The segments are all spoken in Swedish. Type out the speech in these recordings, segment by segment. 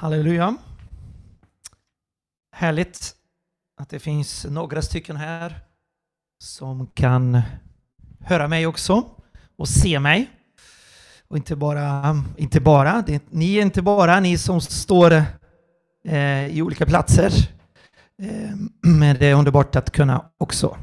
Halleluja. Härligt att det finns några stycken här som kan höra mig också och se mig. Och ni är inte bara ni som står i olika platser. Men det är underbart att kunna också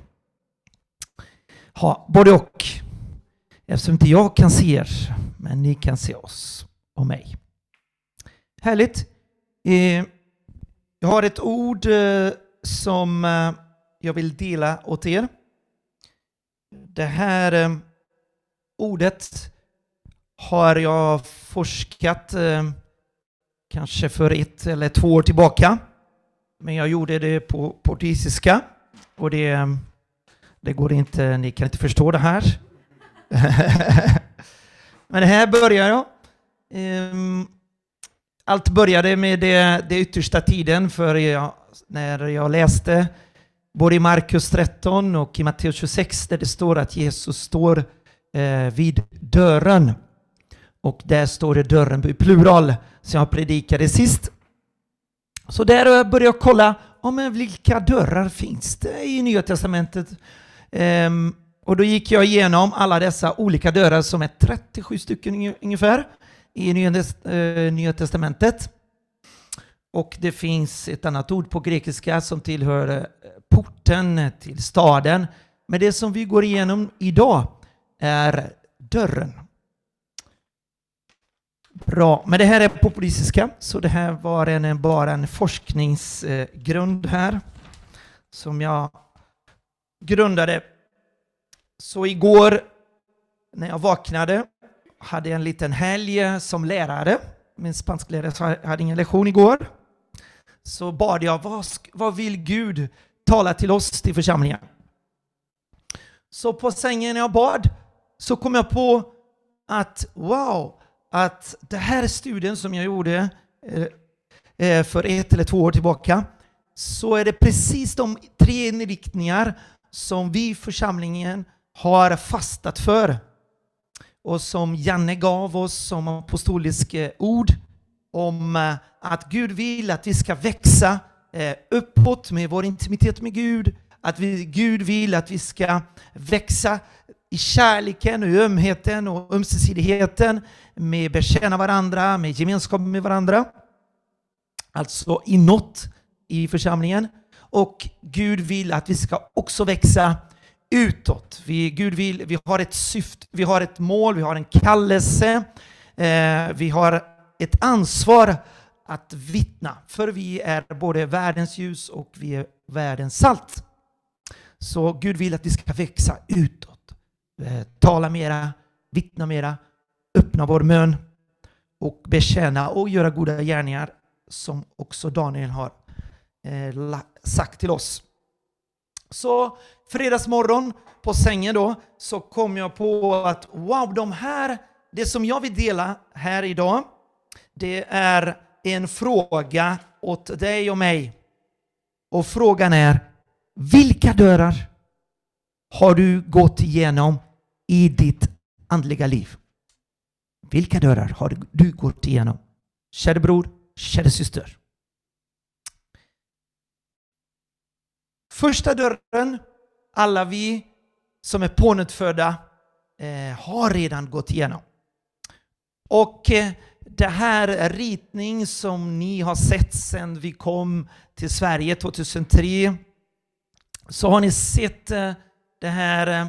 ha både och. Eftersom inte jag kan se er, men ni kan se oss och mig. Härligt. Jag har ett ord som jag vill dela åt er. Det här ordet har jag forskat kanske för 1 eller 2 år tillbaka. Men jag gjorde det på portugisiska. Och det går inte, ni kan inte förstå det här. Men det här börjar jag. Allt började med det yttersta tiden när jag läste både i Markus 13 och i Matteus 26 där det står att Jesus står vid dörren. Och där står det dörren i plural som jag predikade sist. Så där började jag kolla men vilka dörrar finns det i Nya Testamentet. Och då gick jag igenom alla dessa olika dörrar som är 37 stycken ungefär i Nya Testamentet. Och det finns ett annat ord på grekiska som tillhör porten till staden. Men det som vi går igenom idag är dörren. Bra, men det här är på portugisiska, så det här var bara en forskningsgrund här som jag grundade. Så igår när jag vaknade hade jag en liten helg som lärare. Min spansklärare hade ingen lektion igår. Så bad jag, vad vill Gud tala till oss, till församlingen? Så på sängen när jag bad så kom jag på att att det här studien som jag gjorde för 1 eller 2 år tillbaka, så är det precis de 3 inriktningar som vi i församlingen har fastat för. Och som Janne gav oss som apostolisk ord om att Gud vill att vi ska växa uppåt med vår intimitet med Gud. Att Gud vill att vi ska växa i kärleken och ömheten och ömsesidigheten, med bekänna varandra, med gemenskap med varandra. Alltså inåt i församlingen. Och Gud vill att vi ska också växa utåt. Vi har ett syfte, vi har ett mål, vi har en kallelse. Vi har ett ansvar att vittna. För vi är både världens ljus och vi är världens salt. Så Gud vill att vi ska växa utåt. Tala mera, vittna mera, öppna vår mun och bekänna och göra goda gärningar som också Daniel har sagt till oss. Så fredagsmorgon på sängen då så kom jag på att det som jag vill dela här idag, det är en fråga åt dig och mig. Och frågan är, vilka dörrar har du gått igenom i ditt andliga liv? Vilka dörrar har du gått igenom? Kära bror, kära syster. Första dörren, alla vi som är pånyttfödda har redan gått igenom. Och det här är ritning som ni har sett sedan vi kom till Sverige 2003. Så har ni sett det här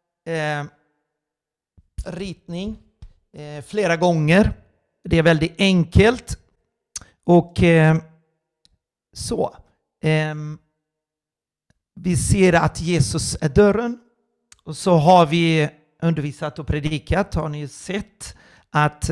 ritning flera gånger. Det är väldigt enkelt. Och vi ser att Jesus är dörren. Och så har vi undervisat och predikat. Har ni sett att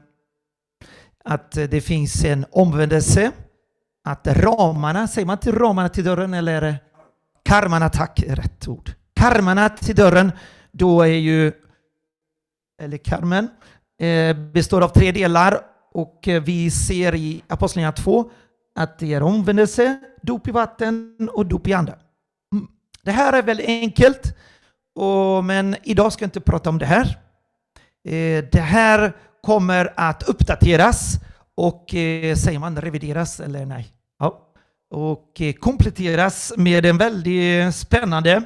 det finns en omvändelse. Att ramarna, säger man till ramarna till dörren eller karmarna, tack, rätt ord. Karmarna till dörren, då är ju, eller karmen, består av 3 delar. Och vi ser i Apostlagärningarna 2 att det är omvändelse, dop i vatten och dop i ande. Det här är väldigt enkelt, men idag ska jag inte prata om det här. Det här kommer att uppdateras och säger man revideras eller nej? Ja. Och kompletteras med en väldigt spännande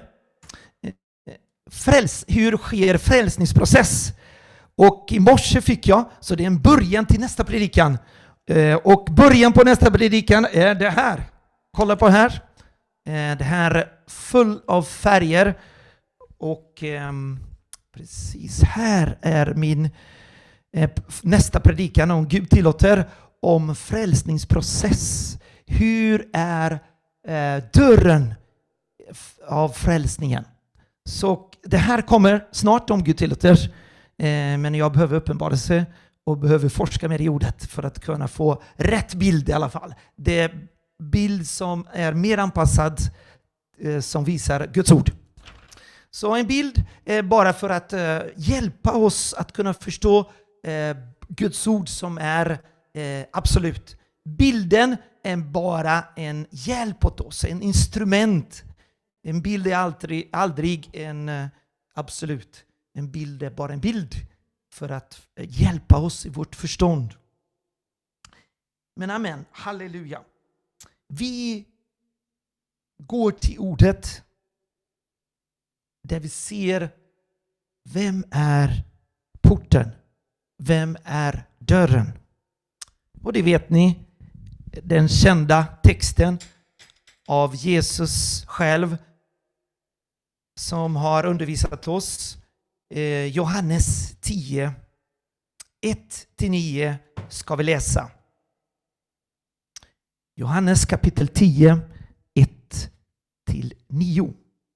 hur sker frälsningsprocess. Och i morse fick jag, så det är en början till nästa predikan. Och början på nästa predikan är det här. Kolla på här. Det här är full av färger. Och precis här är min nästa predikan, om Gud tillåter, om frälsningsprocess. Hur är dörren av frälsningen? Så det här kommer snart, om Gud tillåter. Men jag behöver uppenbarelse och behöver forska mer i ordet för att kunna få rätt bild i alla fall. Det är bild som är mer anpassad, som visar Guds ord. Så en bild är bara för att hjälpa oss att kunna förstå Guds ord som är absolut. Bilden är bara en hjälp åt oss, en instrument. En bild är aldrig en absolut. En bild är bara en bild för att hjälpa oss i vårt förstånd. Men amen, halleluja. Vi går till ordet där vi ser vem är porten, vem är dörren. Och det vet ni, den kända texten av Jesus själv som har undervisat oss. Johannes 10, 1-9 ska vi läsa. Johannes kapitel 10, 1-9.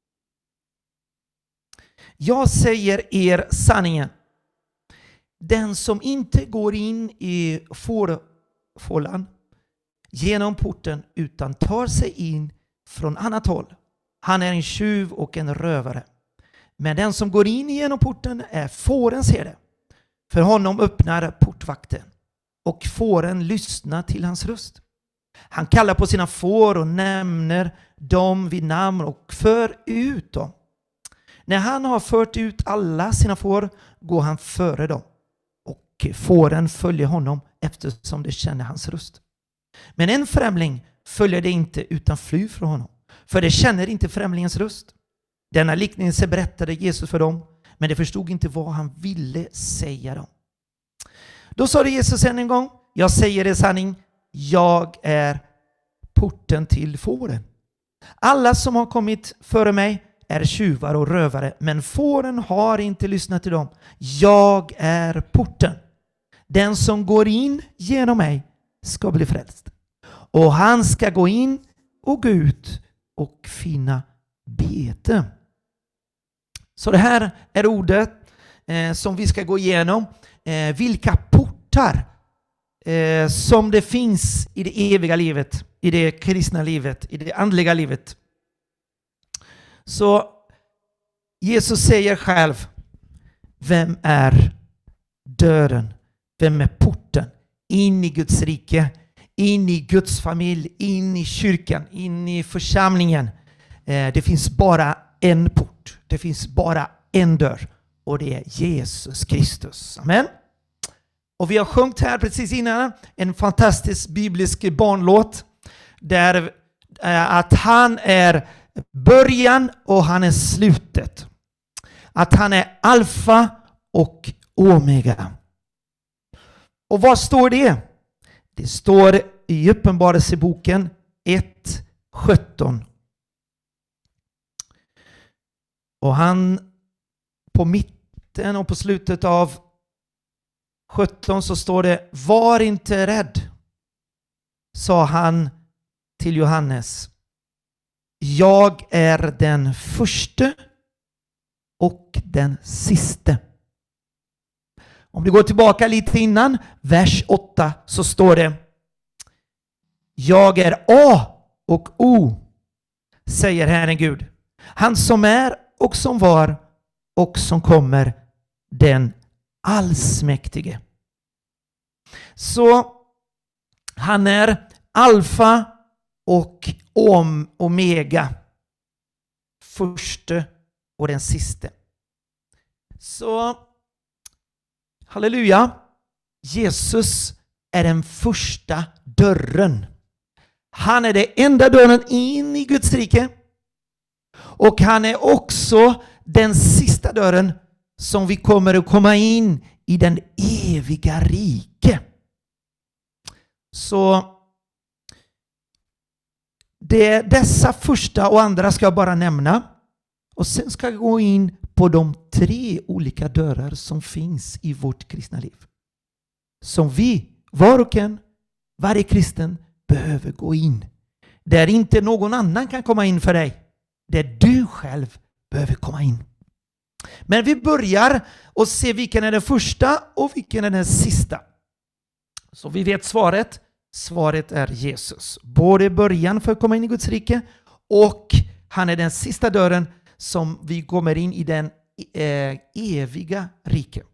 Jag säger er sanningen. Den som inte går in i fållan genom porten utan tar sig in från annat håll, han är en tjuv och en rövare. Men den som går in genom porten är fårens herde. För honom öppnar portvakten och fåren lyssnar till hans röst. Han kallar på sina får och nämner dem vid namn och för ut dem. När han har fört ut alla sina får går han före dem. Och fåren följer honom eftersom de känner hans röst. Men en främling följer det inte utan flyr från honom. För de känner inte främlingens röst. Denna liknelse berättade Jesus för dem, men de förstod inte vad han ville säga dem. Då sa Jesus än en gång, jag säger er sanning, jag är porten till fåren. Alla som har kommit före mig är tjuvar och rövare, men fåren har inte lyssnat till dem. Jag är porten. Den som går in genom mig ska bli frälst. Och han ska gå in och gå ut och finna bete. Så det här är ordet som vi ska gå igenom. Vilka portar som det finns i det eviga livet, i det kristna livet, i det andliga livet. Så Jesus säger själv, vem är dörren? Vem är porten? In i Guds rike, in i Guds familj, in i kyrkan, in i församlingen. Det finns bara en port. Det finns bara en dörr. Och det är Jesus Kristus. Amen. Och vi har sjungit här precis innan en fantastisk biblisk barnlåt. Där att han är början och han är slutet. Att han är alfa och omega. Och vad står det? Det står i Uppenbarelseboken 1:17. Och han på mitten och på slutet av 17 så står det, var inte rädd, sa han till Johannes. Jag är den första och den siste. Om du går tillbaka lite innan, vers 8, så står det, jag är A och O, säger Herren Gud. Han som är och som var och som kommer, den allsmäktige. Så han är alfa och omega, första och den siste. Så halleluja, Jesus är den första dörren. Han är den enda dörren in i Guds rike. Och han är också den sista dörren som vi kommer att komma in i den eviga rike. Så dessa första och andra ska jag bara nämna. Och sen ska jag gå in på de 3 olika dörrar som finns i vårt kristna liv. Som vi, var och en, varje kristen behöver gå in. Där inte någon annan kan komma in för dig. Där du själv behöver komma in. Men vi börjar och se vilken är den första och vilken är den sista. Så vi vet svaret. Svaret är Jesus. Både början för att komma in i Guds rike och han är den sista dörren som vi kommer in i den eviga rike.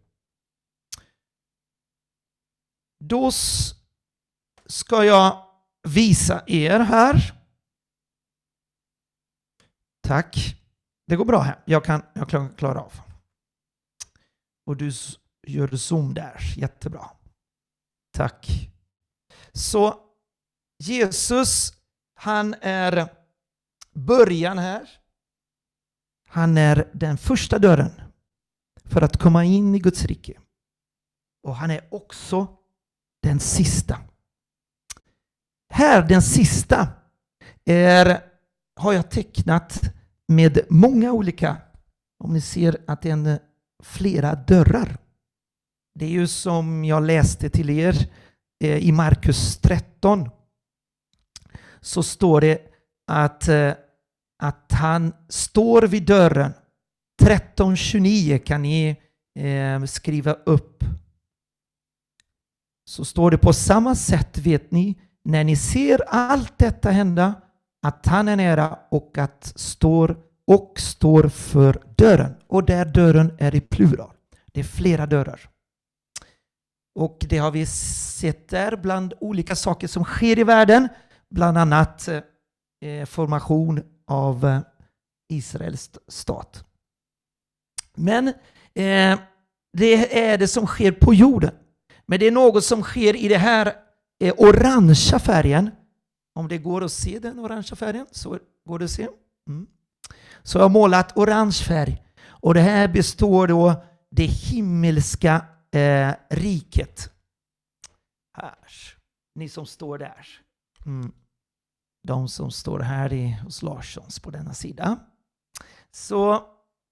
Då ska jag visa er här. Tack. Det går bra här. Jag klarar av. Och du gör zoom där. Jättebra. Tack. Så Jesus, han är början här. Han är den första dörren för att komma in i Guds rike. Och han är också den sista. Här, den sista, har jag tecknat med många olika, om ni ser att det är flera dörrar. Det är ju som jag läste till er i Markus 13. Så står det att han står vid dörren. 13:29 kan ni skriva upp. Så står det på samma sätt, vet ni, när ni ser allt detta hända, att han är nära och står för dörren. Och där dörren är i plural. Det är flera dörrar. Och det har vi sett där bland olika saker som sker i världen. Bland annat formation av Israels stat. Men det är det som sker på jorden. Men det är något som sker i det här orangea färgen. Om det går att se den orangea färgen så går det att se. Så jag har målat orange färg. Och det här består då det himmelska riket. Här. Ni som står där. De som står här är hos Larssons på denna sida. Så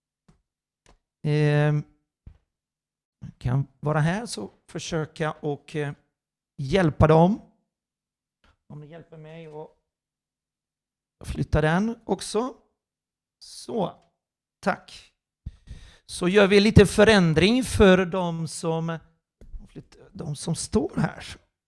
kan vara här så försöka och hjälpa dem. Om ni hjälper mig och flytta den också. Så, tack. Så gör vi lite förändring för de som står här.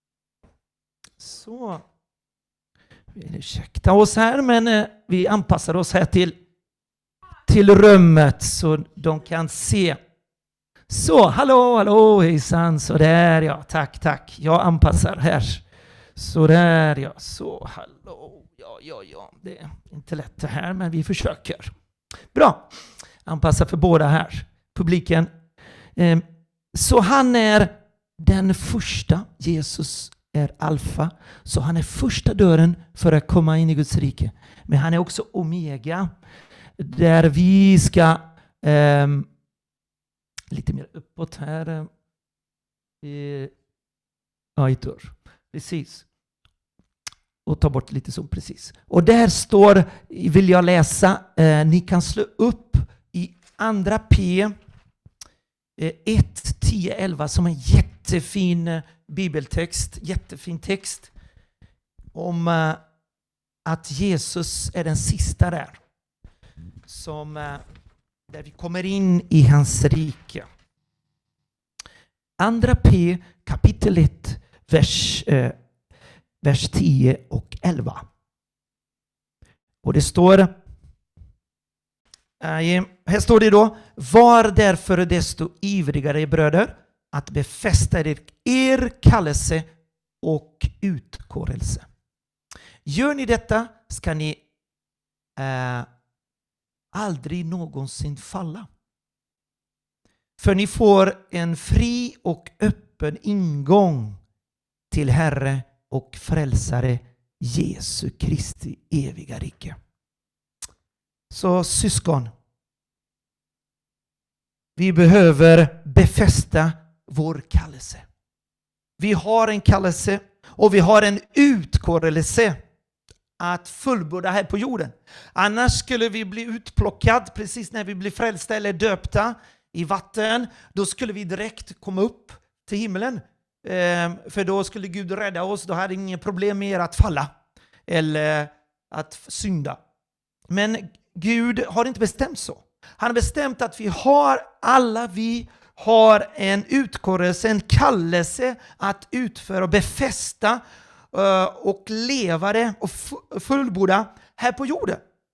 Så. Vi ursäkta oss här, men vi anpassar oss här till rummet så de kan se. Så, hallå, hejsan, så där, ja, tack. Jag anpassar här. Så där, ja, så, hallå, ja, det är inte lätt det här, men vi försöker. Bra, anpassa för båda här, publiken. Så han är den första, Jesus är alfa, så han är första dörren för att komma in i Guds rike. Men han är också omega, där vi ska lite mer uppåt här. Precis. Och ta bort lite så, precis. Och där står, vill jag läsa, ni kan slå upp i andra P 1, 10, 11 som en jättefin bibeltext, jättefin text om att Jesus är den sista där. Där vi kommer in i hans rike. Andra P kapitel 1 vers 10 och 11. Och det står här står det då: var därför desto ivrigare bröder att befästa er kallelse och utkårelse. Gör ni detta ska ni aldrig någonsin falla. För ni får en fri och öppen ingång till Herre och frälsare Jesu Kristi eviga rike. Så syskon, vi behöver befästa vår kallelse. Vi har en kallelse och vi har en utkårelse att fullborda här på jorden. Annars skulle vi bli utplockad precis när vi blir frälsta eller döpta i vatten. Då skulle vi direkt komma upp till himlen. För då skulle Gud rädda oss. Då hade ingen problem med att falla eller att synda. Men Gud har inte bestämt så. Han har bestämt att vi har en utkårelse, en kallelse att utföra och befästa och leva det och fullborda här på jorden.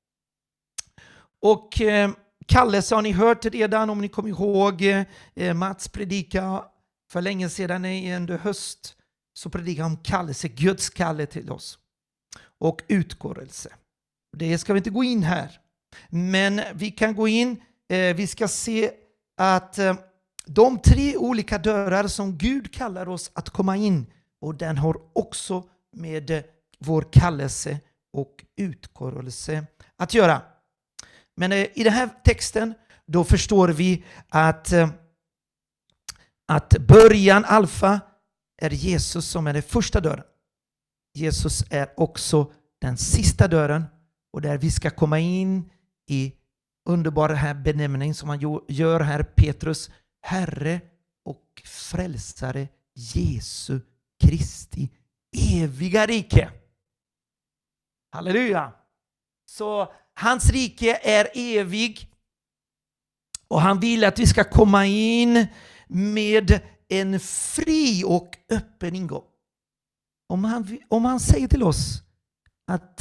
Och kallelse har ni hört redan, om ni kommer ihåg Mats predika för länge sedan under höst, så predikade han om kallelse, Guds kalle till oss och utkårelse. Det ska vi inte gå in här, men vi kan gå in, vi ska se att de 3 olika dörrar som Gud kallar oss att komma in, och den har också med vår kallelse och utkårelse att göra. Men i den här texten då förstår vi att början, alfa, är Jesus som är den första dörren. Jesus är också den sista dörren, och där vi ska komma in i underbara här benämning som han gör här, Petrus, Herre och frälsare Jesu Kristi eviga rike. Halleluja! Så hans rike är evig, och han vill att vi ska komma in med en fri och öppen ingång. Om han säger till oss att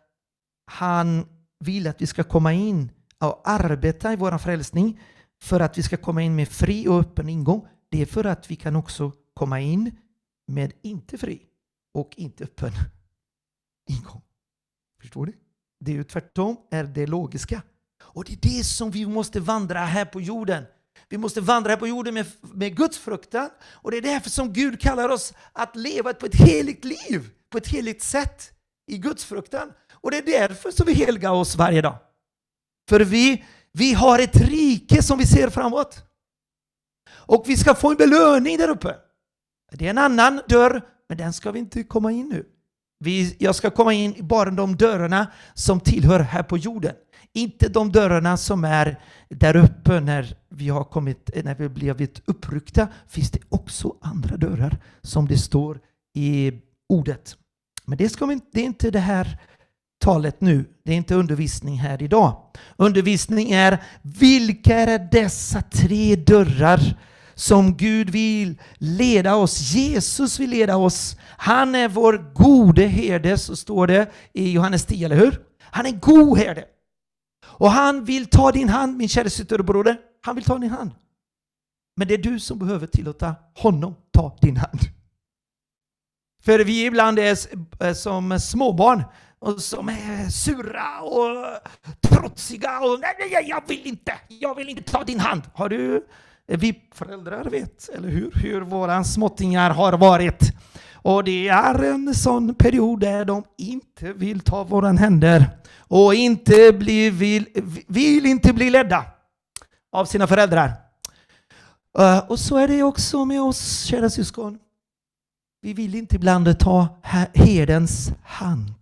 han vill att vi ska komma in och arbeta i vår frälsning för att vi ska komma in med fri och öppen ingång, det är för att vi kan också komma in med inte fri och inte öppen ingång. Förstår du? Det är ju tvärtom, är det logiska. Och det är det som vi måste vandra här på jorden. Vi måste vandra här på jorden med Guds fruktan. Och det är därför som Gud kallar oss att leva på ett heligt liv. På ett heligt sätt i Guds fruktan. Och det är därför som vi helgar oss varje dag. För vi har ett rike som vi ser framåt. Och vi ska få en belöning där uppe. Det är en annan dörr, men den ska vi inte komma in nu. Jag ska komma in i bara de dörrarna som tillhör här på jorden. Inte de dörrarna som är där uppe när vi blivit uppryckta. Finns det också andra dörrar som det står i ordet. Men det är inte det här talet nu. Det är inte undervisning här idag. Undervisning är, vilka är dessa 3 dörrar som Gud vill leda oss? Jesus vill leda oss. Han är vår gode herde, så står det i Johannes 10, eller hur? Han är en god herde. Och han vill ta din hand, min kära syster och broder. Han vill ta din hand. Men det är du som behöver tillåta honom ta din hand. För vi ibland är som småbarn och som är sura och trotsiga och nej, jag vill inte ta din hand. Har du, vi föräldrar vet, eller hur våra småttingar har varit. Och det är en sån period där de inte vill ta våran händer och vill inte bli ledda av sina föräldrar. Och så är det också med oss, kära syskon. Vi vill inte ibland ta herdens hand.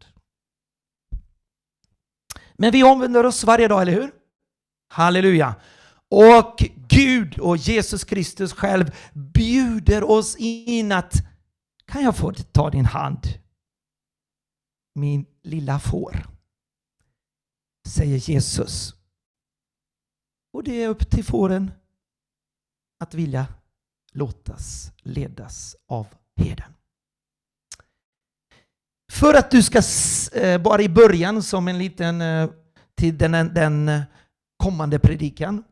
Men vi omvänder oss varje dag, eller hur? Halleluja. Och Gud och Jesus Kristus själv bjuder oss in att, kan jag få ta din hand? Min lilla får, säger Jesus. Och det är upp till fåren att vilja ledas av herden. För att du ska bara i början, som en liten till den kommande predikan,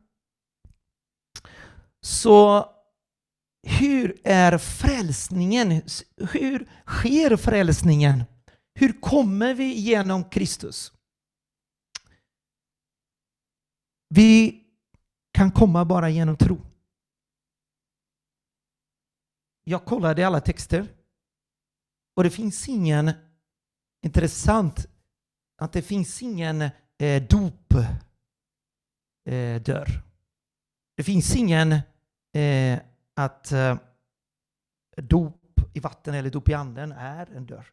så hur är frälsningen? Hur sker frälsningen? Hur kommer vi genom Kristus? Vi kan komma bara genom tro. Jag kollade alla texter Och det finns ingen, intressant, att det finns ingen dopdörr. Det finns ingen att dop i vatten eller dop i anden är en dörr.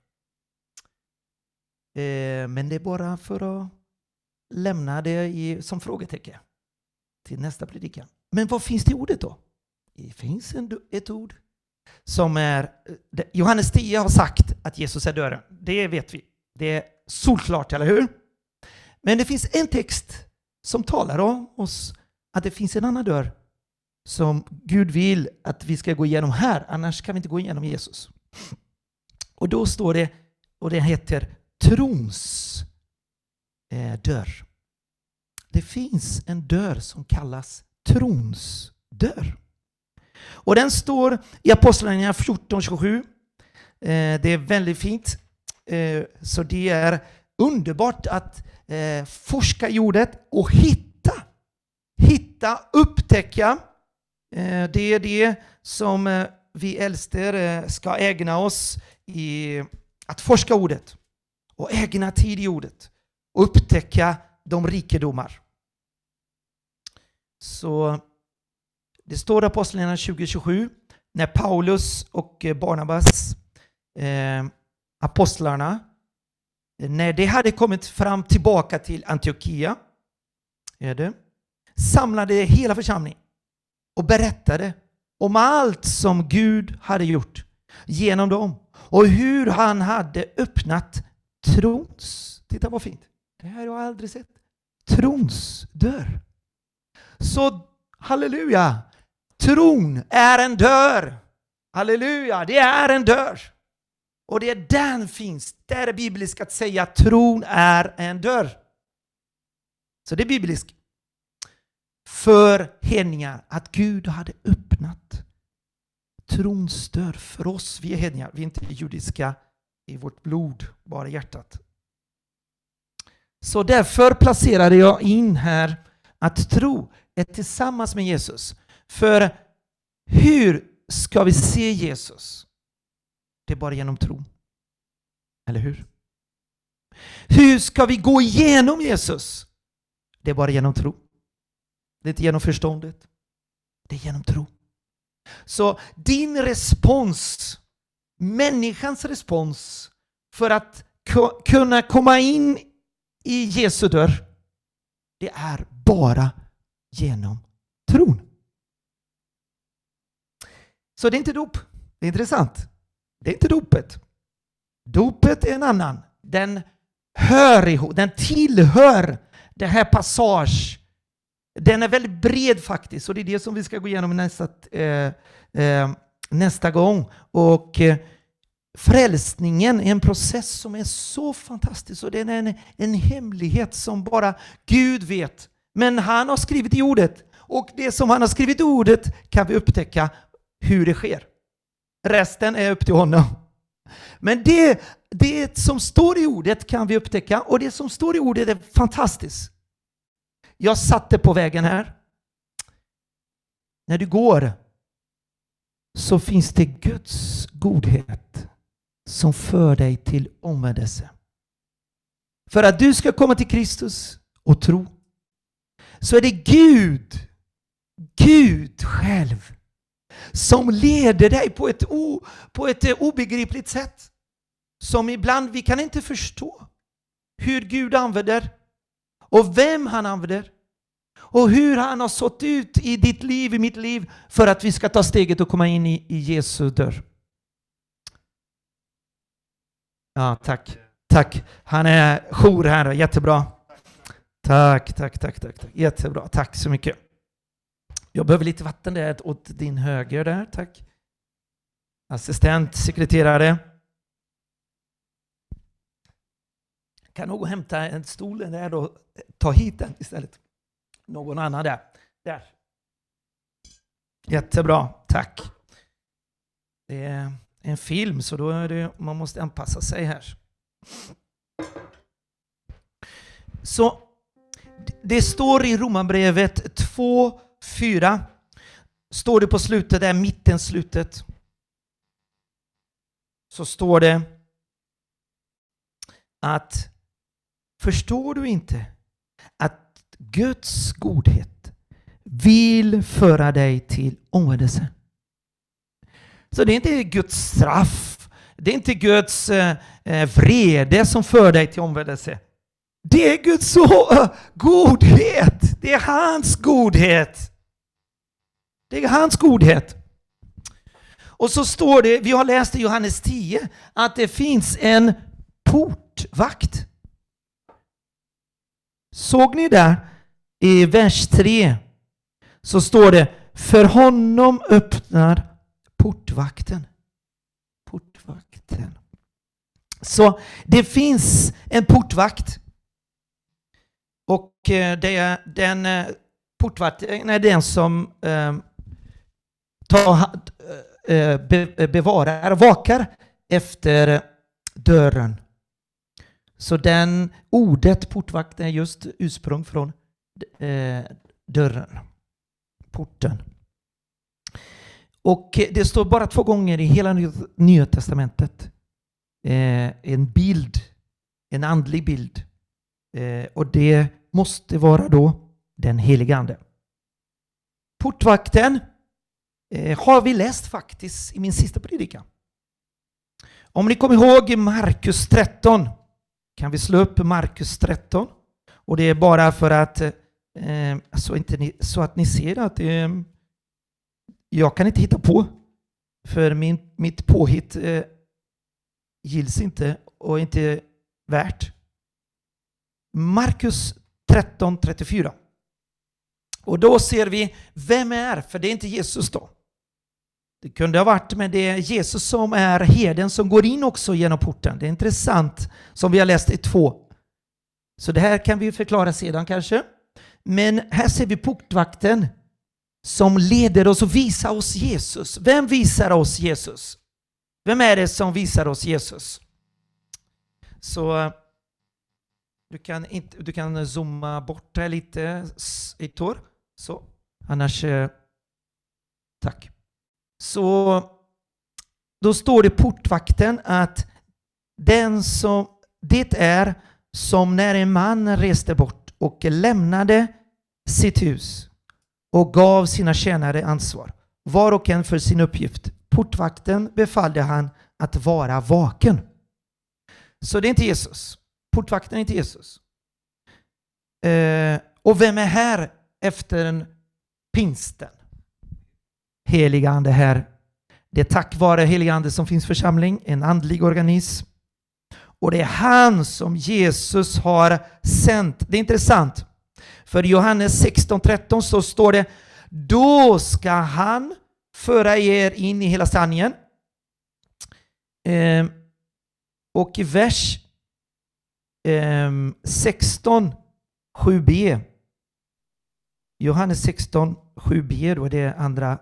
Men det är bara för att lämna det som frågetecken till nästa predikan. Men vad finns det i ordet då? Det finns ett ord som är... Johannes 10 har sagt att Jesus är dörren. Det vet vi. Det är solklart, eller hur? Men det finns en text som talar om oss att det finns en annan dörr som Gud vill att vi ska gå igenom här. Annars kan vi inte gå igenom Jesus. Och då står det, och det heter trons dörr. Det finns en dörr som kallas trons dörr. Och den står i Apostlagärningarna 14:27. Det är väldigt fint. Så det är underbart att forska i ordet och hitta, upptäcka. Det är det som vi äldste ska ägna oss i, att forska ordet och ägna tid i ordet och upptäcka de rikedomar. Så det står i Apostlagärningarna 20:27 när Paulus och Barnabas, apostlarna, när de hade kommit fram tillbaka till Antiochia, samlade hela församlingen och berättade om allt som Gud hade gjort genom dem och hur han hade öppnat trons, titta vad fint, det här har jag aldrig sett, trons dörr. Så halleluja, tron är en dörr. Halleluja, det är en dörr. Och det är den finns. Det är bibliskt att säga att tron är en dörr. Så det är bibliskt. För hedningar att Gud hade öppnat trons dörr för oss. Vi är hedningar, vi är inte judiska i vårt blod, bara hjärtat. Så därför placerade jag in här att tro är tillsammans med Jesus. För hur ska vi se Jesus? Det är bara genom tro. Eller hur? Hur ska vi gå igenom Jesus? Det är bara genom tro. Det är inte genom förståndet. Det är genom tro. Så din respons, människans respons för att kunna komma in i Jesu dörr, det är bara genom tron. Så det är inte dop. Det är intressant. Det är inte dopet. Dopet är en annan. Den hör ihop, den tillhör det här passage. Den är väldigt bred faktiskt, och det är det som vi ska gå igenom nästa gång. Och frälsningen är en process som är så fantastisk, och den är en hemlighet som bara Gud vet. Men han har skrivit i ordet, och det som han har skrivit i ordet kan vi upptäcka hur det sker. Resten är upp till honom. Men det som står i ordet kan vi upptäcka, och det som står i ordet är fantastiskt. Jag satte på vägen här. När du går så finns det Guds godhet som för dig till omvändelse. För att du ska komma till Kristus och tro, så är det Gud själv som leder dig på ett obegripligt sätt. Som ibland vi kan inte förstå hur Gud använder och vem han använder och hur han har sått ut i ditt liv, i mitt liv, för att vi ska ta steget och komma in i Jesu dörr. Ja, tack. Han är jour här, jättebra. Tack. Jättebra, tack så mycket. Jag behöver lite vatten där åt din höger där, tack. Assistent, sekreterare. Kan någon hämta en stol där och ta hit den istället? Någon annan där. Jättebra, tack. Det är en film, så då är det, man måste anpassa sig här. Så det står i Romarbrevet 2:4. Står det på slutet där, mitten slutet. så står det att förstår du inte att Guds godhet vill föra dig till omvändelse? Så det är inte Guds straff, det är inte Guds vrede som för dig till omvändelse. Det är Guds godhet. Det är hans godhet. Det är hans godhet. Och så står det, vi har läst i Johannes 10, att det finns en portvakt. Såg ni där i vers 3 så står det, för honom öppnar portvakten. Portvakten. Så det finns en portvakt. Och det är den portvakten är den som bevarar, vakar efter dörren. Så den ordet portvakt är just ursprung från dörren, porten. Och det står bara 2 gånger i hela Nya testamentet en bild, en andlig bild. Och det måste vara då den helige ande. Portvakten har vi läst faktiskt i min sista predikan. Om ni kommer ihåg Markus 13, kan vi slå upp Markus 13. Och det är bara för att så att ni ser att jag kan inte hitta på. För mitt påhitt gills inte och inte värt. Markus 13:34. Och då ser vi vem är, för det är inte Jesus då. Det kunde ha varit, men det är Jesus som är herden som går in också genom porten. Det är intressant som vi har läst i 2. Så det här kan vi förklara sedan kanske. Men här ser vi portvakten som leder oss och visar oss Jesus. Vem visar oss Jesus? Vem är det som visar oss Jesus? Så du kan zooma bort här lite i torr. Så annars tack. Så då står det portvakten att det är som när en man reste bort och lämnade sitt hus och gav sina tjänare ansvar, var och en för sin uppgift. Portvakten befallde han att vara vaken. Så det är inte Jesus. Portvakten är inte Jesus. Och vem är här efter en pingsten? Heliga ande här. Det är tack vare heliga ande som finns församling, en andlig organism. Och det är han som Jesus har sänt. Det är intressant. För i Johannes 16:13 så står det, då ska han föra er in i hela sanningen. Och i vers 16:7b. Johannes 16:7b, då är det andra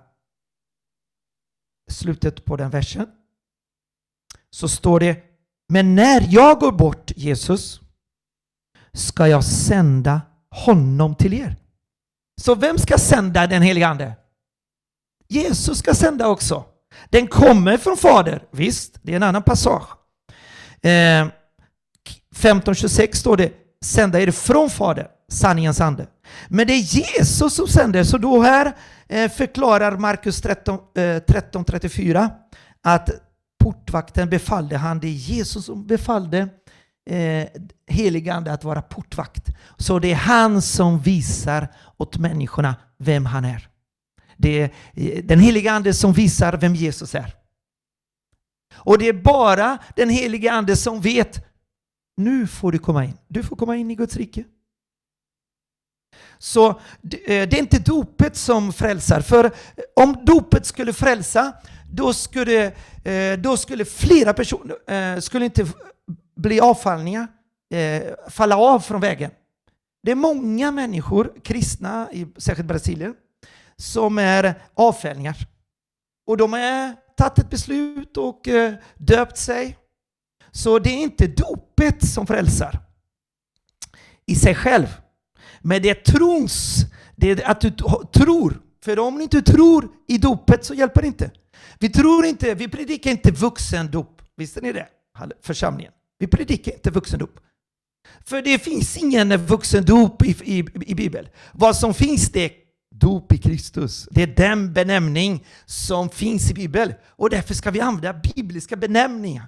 slutet på den versen. Så står det, men när jag går bort, Jesus, ska jag sända honom till er. Så vem ska sända den helige ande? Jesus ska sända också. Den kommer från Fader. Visst, det är en annan passage. 15:26 står det, sända er från Fader, sanningens ande. Men det är Jesus som sänder. Så då här förklarar Markus 13:34 att portvakten befallde han. Det är Jesus som befallde heliga ande att vara portvakt. Så det är han som visar åt människorna vem han är. Det är den heliga ande som visar vem Jesus är. Och det är bara den heliga ande som vet, nu får du komma in. Du får komma in i Guds rike. Så det är inte dopet som frälsar. För om dopet skulle frälsa, då skulle flera personer skulle inte bli avfallningar, falla av från vägen. Det är många människor, kristna, särskilt Brasilien, som är avfällningar. Och de har tagit ett beslut och döpt sig. Så det är inte dopet som frälsar i sig själv. Men det är att du tror. För om du inte tror i dopet så hjälper det inte. Vi predikar inte vuxendop. Visste ni det? Församlingen. Vi predikar inte vuxendop. För det finns ingen vuxendop i Bibeln. Vad som finns det är dop i Kristus. Det är den benämning som finns i Bibeln. Och därför ska vi använda bibliska benämningar.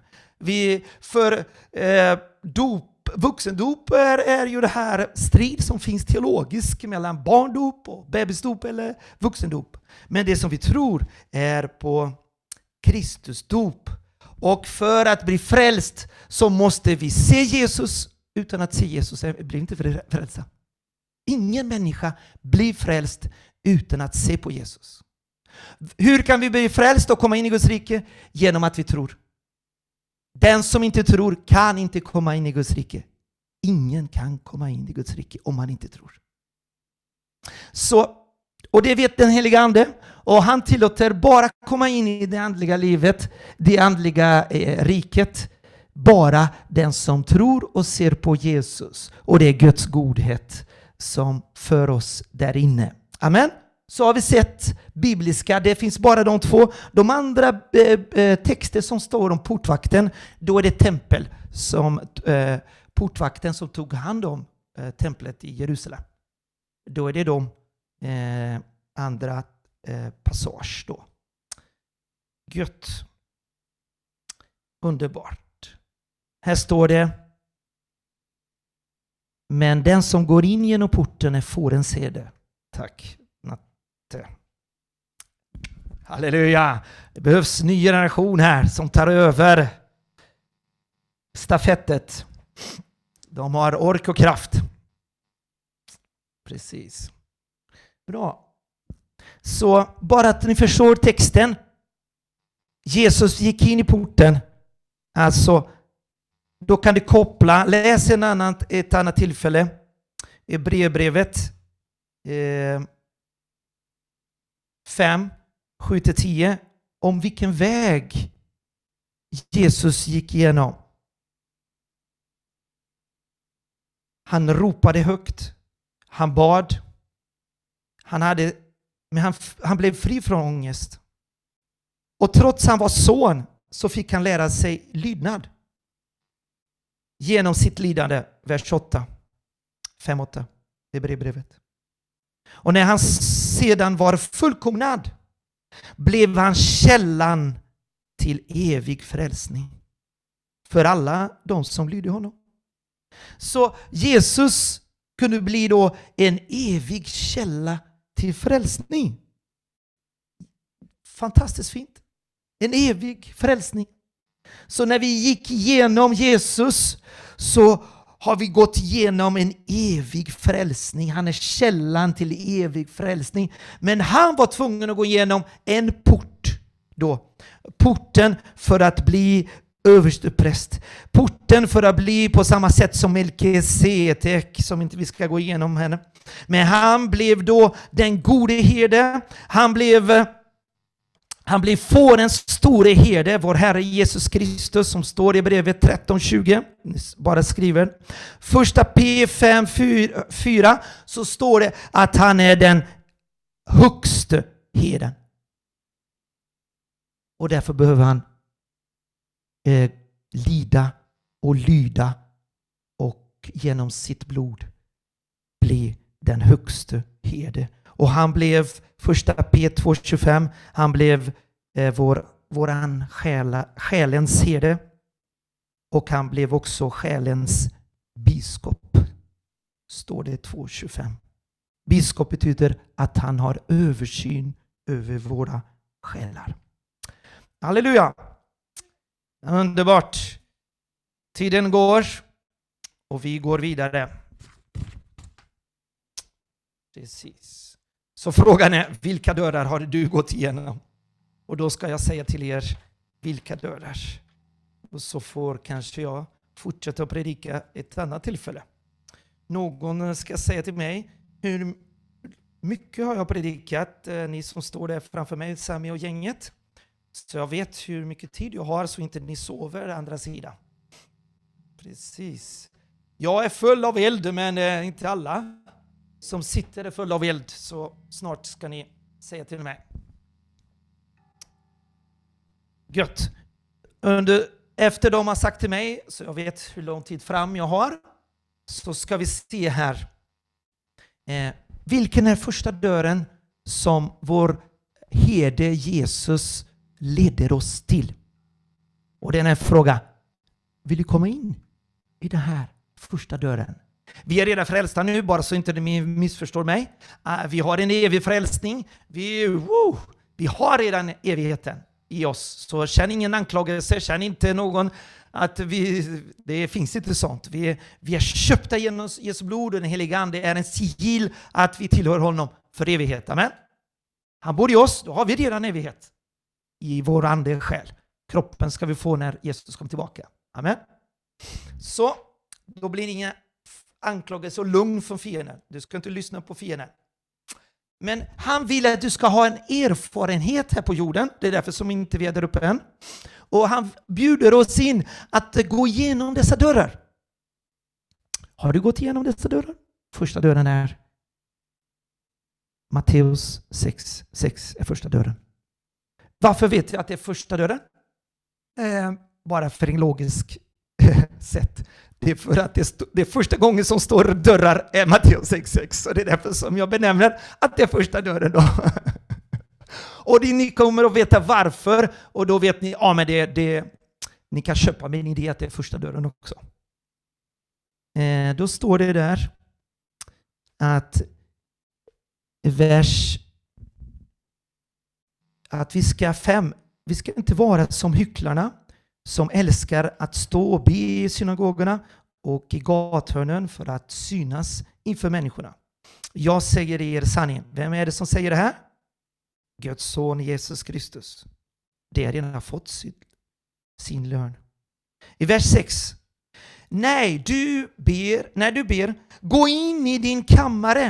Vuxendop är ju det här strid som finns teologiskt mellan barndop och bebisdop eller vuxendop. Men det som vi tror är på Kristusdop. Och för att bli frälst så måste vi se Jesus. Utan att se Jesus blir inte frälsta. Ingen människa blir frälst utan att se på Jesus. Hur kan vi bli frälst och komma in i Guds rike? Genom att vi tror. Den som inte tror kan inte komma in i Guds rike. Ingen kan komma in i Guds rike om man inte tror. Så, och det vet den heliga ande. Och han tillåter bara komma in i det andliga livet, det andliga riket. Bara den som tror och ser på Jesus. Och det är Guds godhet som för oss där inne. Amen. Så har vi sett bibliska, det finns bara de två. De andra texter som står om portvakten, då är det tempel som portvakten som tog hand om templet i Jerusalem. Då är det de andra passage då. Gött. Underbart. Här står det: men den som går in genom porten är fårens herde. Tack, Natte. Halleluja. Det behövs ny generation här som tar över stafettet. De har ork och kraft. Precis. Bra. Så bara att ni förstår texten. Jesus gick in i porten. Alltså, då kan du koppla. Läs ett annat tillfälle. I brevbrevet 5, 7-10. Om vilken väg Jesus gick igenom. Han ropade högt. Han bad. Men han blev fri från ångest. Och trots att han var son så fick han lära sig lydnad. Genom sitt lidande. Vers 8. 5-8. Det är brevbrevet. Och när han sedan var fullkomnad blev han källan till evig frälsning. För alla de som lydde honom. Så Jesus kunde bli då en evig källa till frälsning. Fantastiskt fint. En evig frälsning. Så när vi gick igenom Jesus så har vi gått igenom en evig frälsning. Han är källan till evig frälsning. Men han var tvungen att gå igenom en port då. Porten för att bli överstepräst. Porten för att bli på samma sätt som Melkisedek, som inte vi ska gå igenom henne. Men han blev då den gode herde. Han blev fårens store herde, vår Herre Jesus Kristus, som står i brevet 13:20. Bara skriver. Första P5:4 så står det att han är den högste herden. Och därför behöver han lida och lyda och genom sitt blod bli den högste herde. Och han blev första P2:25, han blev våran själens herde. Och han blev också själens biskop. Står det 2:25. Biskop betyder att han har översyn över våra själar. Halleluja! Underbart. Tiden går och vi går vidare. Precis. Så frågan är, vilka dörrar har du gått igenom? Och då ska jag säga till er, vilka dörrar? Och så får kanske jag fortsätta att predika ett annat tillfälle. Någon ska säga till mig, hur mycket har jag predikat? Ni som står där framför mig, Sami och gänget. Så jag vet hur mycket tid jag har så inte ni sover andra sidan. Precis. Jag är full av eld, men inte alla som sitter är full av eld. Så snart ska ni säga till mig. Gött. Under efter de har sagt till mig, så jag vet hur lång tid fram jag har, så ska vi se här. Vilken är första dörren som vår herde Jesus leder oss till? Och den är en fråga. Vill du komma in i den här första dörren? Vi är redan frälsta nu, bara så inte ni missförstår mig. Vi har en evig frälsning. Vi har redan evigheten i oss. Så känn ingen anklagelse, känn inte någon att det finns inte sånt. Vi är köpta genom Jesu blod och den heliga ande är en sigill att vi tillhör honom för evighet. Amen. Han bor i oss, då har vi redan evighet i vår ande själ. Kroppen ska vi få när Jesus kommer tillbaka. Amen. Så då blir det inga anklagelse och lugn från fienden. Du ska inte lyssna på fienden. Men han vill att du ska ha en erfarenhet här på jorden. Det är därför som inte vi är där uppe än. Och han bjuder oss in att gå igenom dessa dörrar. Har du gått igenom dessa dörrar? Första dörren är Matteus 6 är första dörren. Varför vet vi att det är första dörren? Bara för en logisk sätt. Det är för att det är första gången som står dörrar är Matteus 6:6. Så det är därför som jag benämner att det är första dörren då. Och ni kommer att veta varför. Och då vet ni, ja men ni kan köpa min idé att det är första dörren också. Då står det där att vi ska inte vara som hycklarna som älskar att stå och be i synagogorna och i gathörnen för att synas inför människorna. Jag säger er sanningen. Vem är det som säger det här? Guds son Jesus Kristus. Det har redan fått sin lön. I vers 6. När du ber, gå in i din kammare.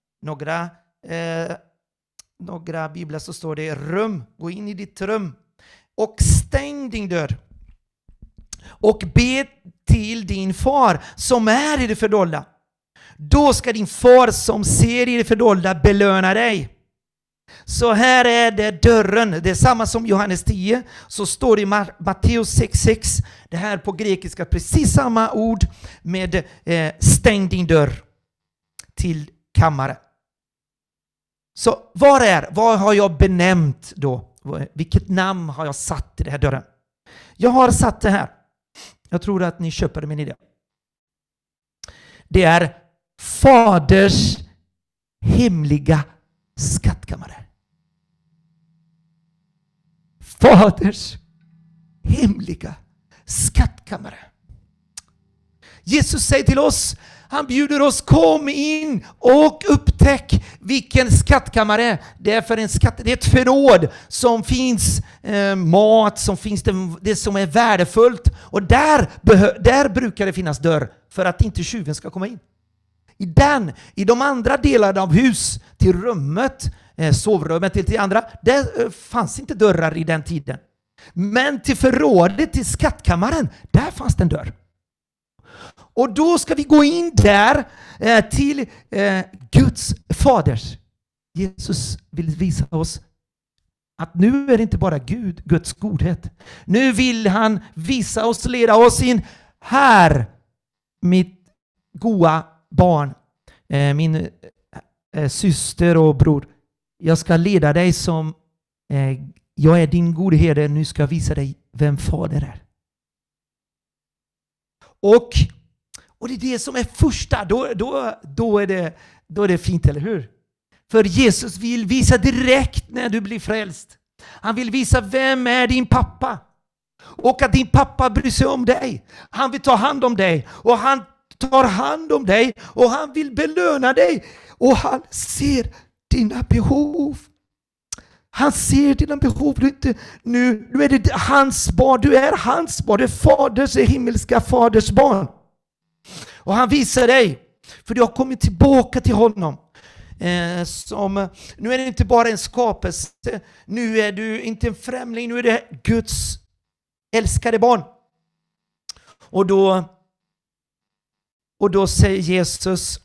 Några biblar så står det rum. Gå in i ditt rum. Och stäng din dörr. Och be till din far som är i det fördolda. Då ska din far som ser i det fördolda belöna dig. Så här är det dörren. Det är samma som Johannes 10. Så står det i Matteus 6:6. Det här på grekiska precis samma ord med stäng din dörr till kammare. Så vad har jag benämnt då? Vilket namn har jag satt i den här dörren? Jag har satt det här. Jag tror att ni köper min idé. Det är Faders hemliga skattkammare. Faders hemliga skattkammare. Jesus säger till oss, han bjuder oss, kom in och upptäck vilken skattkammare det är. För en skatt, det är ett förråd som finns mat, som finns det som är värdefullt. Och där brukar det finnas dörr för att inte tjuven ska komma in. I de andra delarna av hus, till rummet, sovrummet till andra, där fanns inte dörrar i den tiden. Men till förrådet, till skattkammaren, där fanns det en dörr. Och då ska vi gå in där till Guds faders. Jesus vill visa oss att nu är det inte bara Guds godhet. Nu vill han visa oss, leda oss in. Här, mitt goda barn, min syster och bror. Jag ska leda dig som jag är din gode herde. Nu ska jag visa dig vem fader är. Och det är det som är första. Då är det fint, eller hur? För Jesus vill visa direkt när du blir frälst. Han vill visa vem är din pappa. Och att din pappa bryr sig om dig. Han vill ta hand om dig. Och han tar hand om dig. Och han vill belöna dig. Och han ser dina behov. Han ser dina behov. Nu är det hans barn. Du är hans barn. Du är det himmelska faders barn. Och han visar dig. För du har kommit tillbaka till honom. Nu är det inte bara en skapelse. Nu är du inte en främling. Nu är det Guds älskade barn. Och då säger Jesus,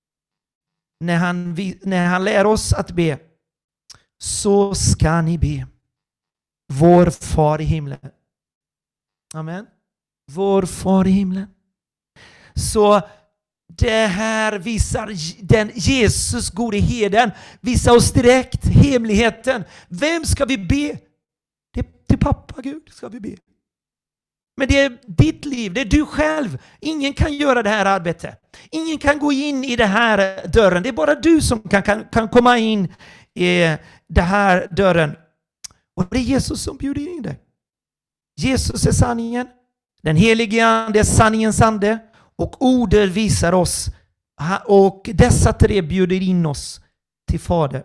när han lär oss att be, så ska ni be. Vår far i himlen. Amen. Vår far i himlen. Så det här visar den Jesus, gode herden, visar oss direkt hemligheten. Vem ska vi be? Det är till pappa Gud ska vi be. Men det är ditt liv, det är du själv. Ingen kan göra det här arbetet. Ingen kan gå in i den här dörren. Det är bara du som kan komma in i den här dörren. Och det är Jesus som bjuder in dig. Jesus är sanningen. Den helige ande är sanningens ande. Och ordet visar oss. Och dessa tre bjuder in oss till Fader.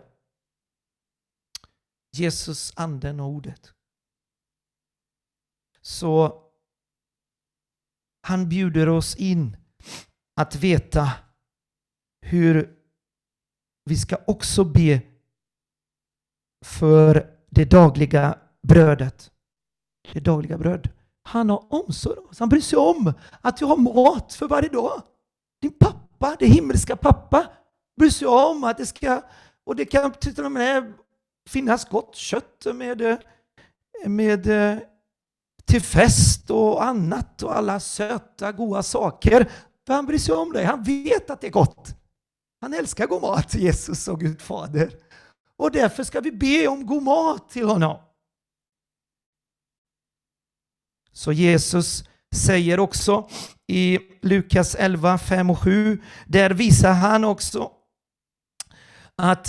Jesus, anden och ordet. Så han bjuder oss in att veta hur vi ska också be för det dagliga brödet. Det dagliga bröd. Han har omsorg om oss. Han bryr sig om att du har mat för varje dag. Din pappa, det himmelska pappa, bryr sig om att det ska, och det kan till och med finnas gott kött med till fest och annat och alla söta, goda saker. För han bryr sig om dig. Han vet att det är gott. Han älskar god mat, Jesus och Gud Fader. Och därför ska vi be om god mat till honom. Så Jesus säger också i Lukas 11, 5 och 7, där visar han också att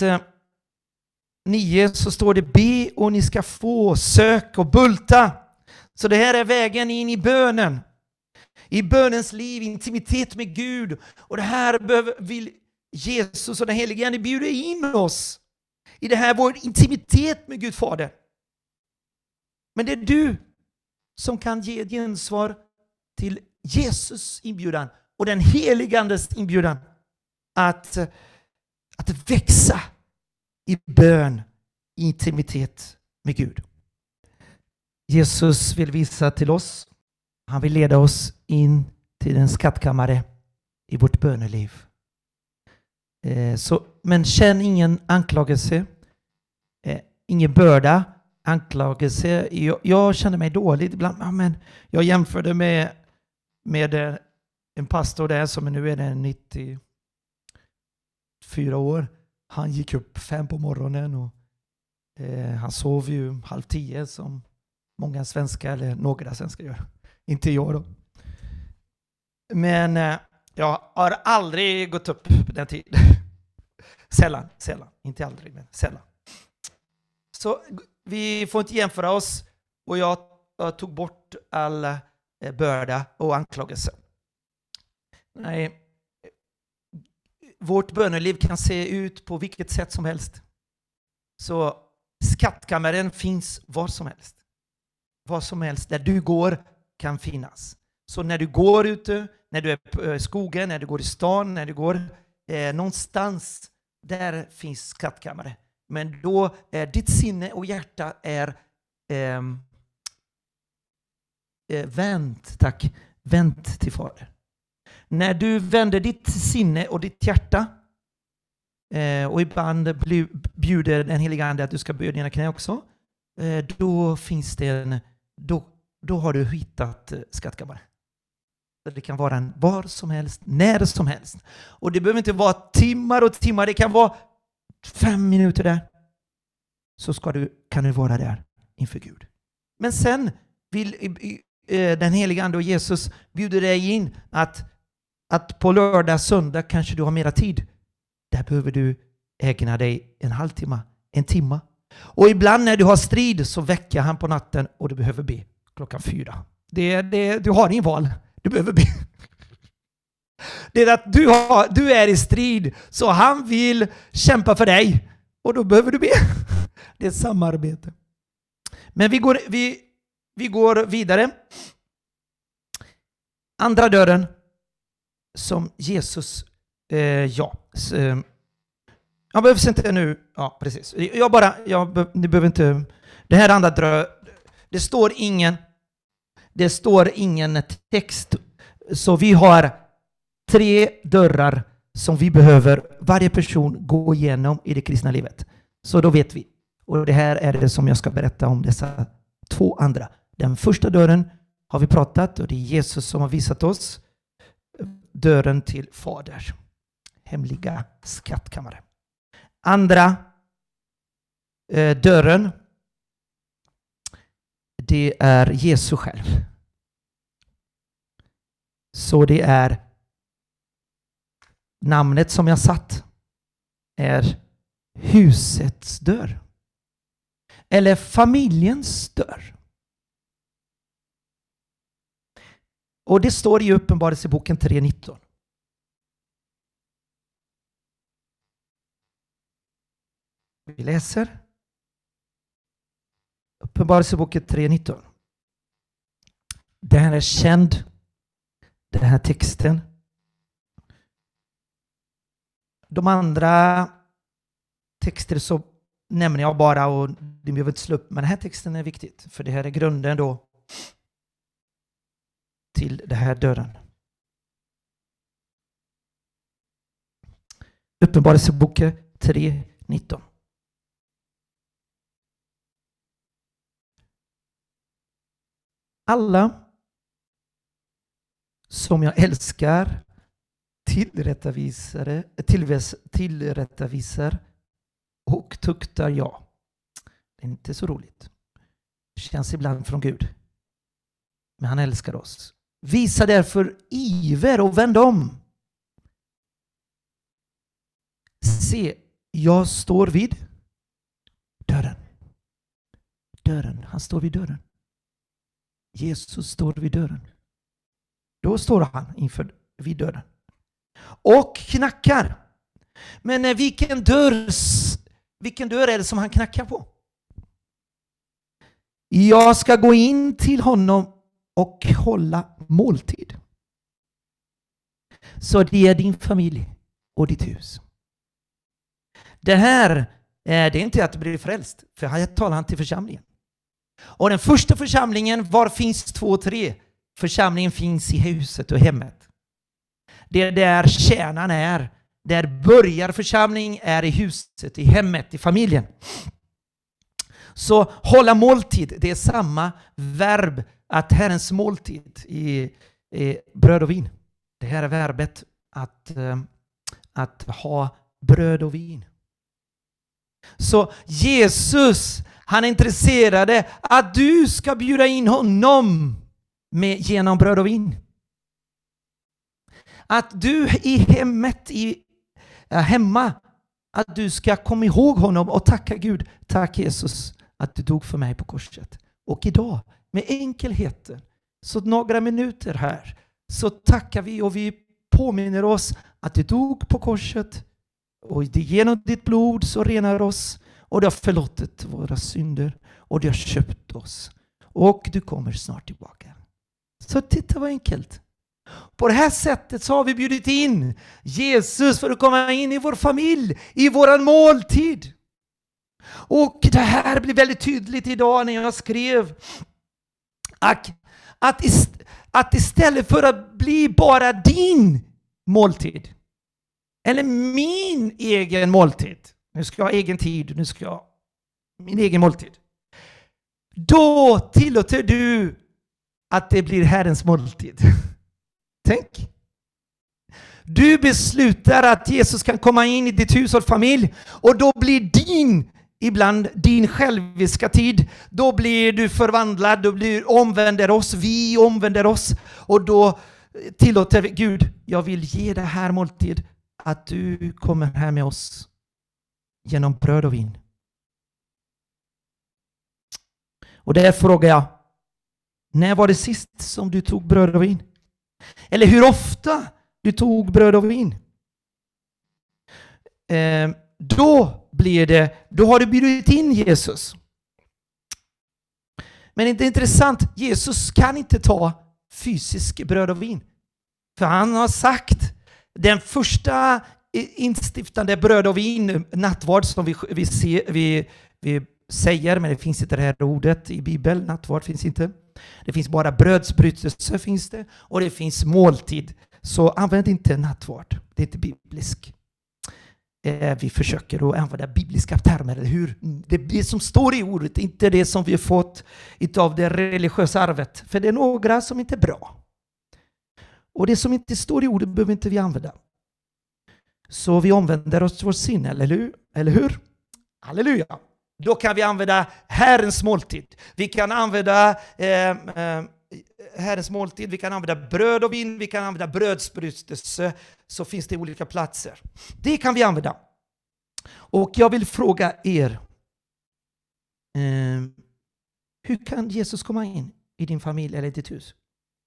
9 så står det be och ni ska få, sök och bulta. Så det här är vägen in i bönen. I bönens liv, intimitet med Gud. Och det här vill Jesus och den helige Ande bjuda in oss. I det här vår intimitet med Gud Fader. Men det är du som kan ge gensvar till Jesus inbjudan och den helige Andes inbjudan att växa i bön, i intimitet med Gud. Jesus vill visa till oss, han vill leda oss in till en skattkammare i vårt böneliv. Men känn ingen anklagelse, ingen börda, anklagelse. Jag känner mig dåligt ibland. Men jag jämförde med en pastor där som nu är 94 år. Han gick upp 5 på morgonen och han sov ju 9:30 som många svenskar eller några svenskar gör. Inte jag då. Men jag har aldrig gått upp på den tiden. Sällan. Inte aldrig, men sällan. Så vi får inte jämföra oss och jag tog bort all börda och anklagelse. Nej, vårt böneliv kan se ut på vilket sätt som helst. Så skattkammaren finns var som helst. Vad som helst där du går kan finnas. Så när du går ute, när du är på skogen, när du går i stan, när du går någonstans, där finns skattkammare. Men då är ditt sinne och hjärta är vänt till Fader. När du vänder ditt sinne och ditt hjärta och ibland bjuder den heliga Ande att du ska böja dina knä också, då finns det då har du hittat skattkammare. Det kan vara en var som helst, när som helst. Och det behöver inte vara timmar och timmar, det kan vara 5 minuter där. Så kan du vara där inför Gud. Men sen vill den heliga Ande och Jesus bjuder dig in att på lördag, söndag kanske du har mera tid. Där behöver du ägna dig en halvtimme, en timme. Och ibland när du har strid så väcker han på natten och du behöver be 4:00. Du har ingen val. Du behöver be. Det är att du är i strid så han vill kämpa för dig och då behöver du be. Det är ett samarbete. Men vi går vidare. Andra dörren som Jesus jag behövs inte nu. Ja, precis. Ni behöver inte. Det här andra dörren. Det står ingen text. Så vi har 3 dörrar som vi behöver varje person gå igenom i det kristna livet. Så då vet vi. Och det här är det som jag ska berätta om dessa 2 andra. Den första dörren har vi pratat, och det är Jesus som har visat oss dörren till Fader. Hemliga skattkammare. Andra dörren, det är Jesus själv. Så det är namnet som jag satt är husets dörr. Eller familjens dörr. Och det står i Uppenbarelseboken 3:19. Vi läser Uppenbarelseboken 3:19. Den här är känd, den här texten. De andra texter så nämner jag bara, och det behöver inte slå upp, men den här texten är viktigt, för det här är grunden då till den här dörren. Uppenbarelseboken 3:19. Alla som jag älskar tillrättavisar och tuktar jag. Det är inte så roligt. Det känns ibland från Gud. Men han älskar oss. Visa därför iver och vänd om. Se, jag står vid dörren. Dörren, han står vid dörren. Jesus står vid dörren. Då står han vid dörren. Och knackar. Men vilken dörr är det som han knackar på? Jag ska gå in till honom och hålla måltid. Så det är din familj och ditt hus. Det här det är inte att bli frälst, för här talar han till församlingen. Och den första församlingen, var finns 2 och 3? Församlingen finns i huset och hemmet. Det är där kärnan är. Där börjar församling är i huset, i hemmet, i familjen. Så hålla måltid, det är samma verb, att Herrens måltid i bröd och vin. Det här är verbet att ha bröd och vin. Så Jesus, han är intresserad att du ska bjuda in honom genom bröd och vin. Att du i hemmet, hemma, att du ska komma ihåg honom och tacka Gud. Tack Jesus att du dog för mig på korset. Och idag, med enkelheten, så några minuter här, så tackar vi och vi påminner oss att du dog på korset. Och genom ditt blod så renar oss. Och du har förlåtit våra synder. Och du har köpt oss. Och du kommer snart tillbaka. Så titta vad enkelt. På det här sättet så har vi bjudit in Jesus för att komma in i vår familj, i våran måltid. Och det här blir väldigt tydligt idag när jag skrev att istället för att bli bara din måltid eller min egen måltid, nu ska jag ha egen tid, nu ska jag ha min egen måltid, då tillåter du att det blir Herrens måltid. Tänk. Du beslutar att Jesus kan komma in i ditt hus och familj, och då blir din själviska tid, då blir du förvandlad, då vi omvänder oss, och då tillåter vi Gud, jag vill ge det här måltid, att du kommer här med oss genom bröd och vin. Och där frågar jag, när var det sist som du tog bröd och vin? Eller hur ofta du tog bröd och vin? Då har du bjudit in Jesus. Men det är intressant, Jesus kan inte ta fysisk bröd och vin. För han har sagt, den första instiftande bröd och vin, nattvard, som vi säger, men det finns inte det här ordet i Bibeln, nattvard finns inte. Det finns bara brödsbrytelse finns det, och det finns måltid. Så använd inte nattvard, det är inte biblisk. vi försöker att använda bibliska termer, eller hur? Det som står i ordet, inte det som vi har fått av det religiösa arvet. För det är några som inte är bra. Och det som inte står i ordet behöver inte vi använda. Så vi omvänder oss vårt sinne, eller hur? Halleluja! Då kan vi använda Herrens måltid. Vi kan använda Herrens måltid, vi kan använda bröd och vin, vi kan använda brödsbrystelse, så finns det olika platser. Det kan vi använda. Och jag vill fråga er, hur kan Jesus komma in i din familj eller ditt hus?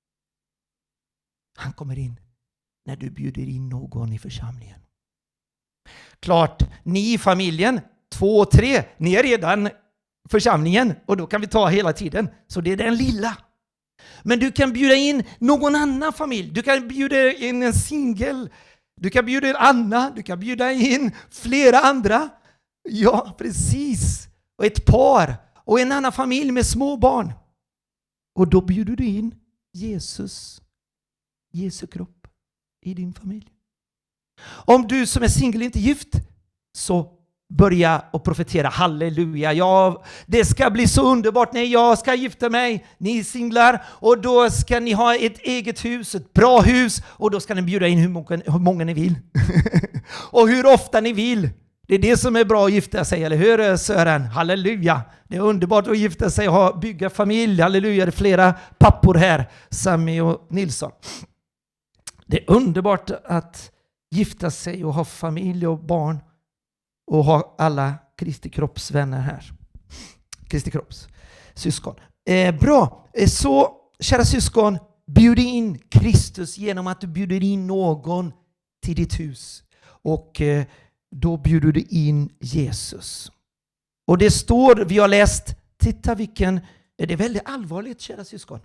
Han kommer in när du bjuder in någon i församlingen. Klart, ni i familjen, 2 och 3, ni är redan församlingen och då kan vi ta hela tiden. Så det är den lilla. Men du kan bjuda in någon annan familj. Du kan bjuda in en singel. Du kan bjuda in Anna. Du kan bjuda in flera andra. Ja, precis. Och ett par. Och en annan familj med små barn. Och då bjuder du in Jesus, Jesu kropp i din familj. Om du som är singel inte är gift, så börja och profetera. Halleluja. Ja, det ska bli så underbart när jag ska gifta mig. Ni singlar. Och då ska ni ha ett eget hus. Ett bra hus. Och då ska ni bjuda in hur många ni vill. Och hur ofta ni vill. Det är det som är bra att gifta sig. Eller hur, Sören? Halleluja. Det är underbart att gifta sig och bygga familj. Halleluja. Det är flera pappor här. Sami och Nilsson. Det är underbart att gifta sig och ha familj och barn. Och ha alla Kristi kroppsvänner här. Kristi kropps syskon. Bra. Så, kära syskon, bjud in Kristus genom att du bjuder in någon till ditt hus. Och då bjuder du in Jesus. Och det står, vi har läst, titta vilken, det är väldigt allvarligt, kära syskon.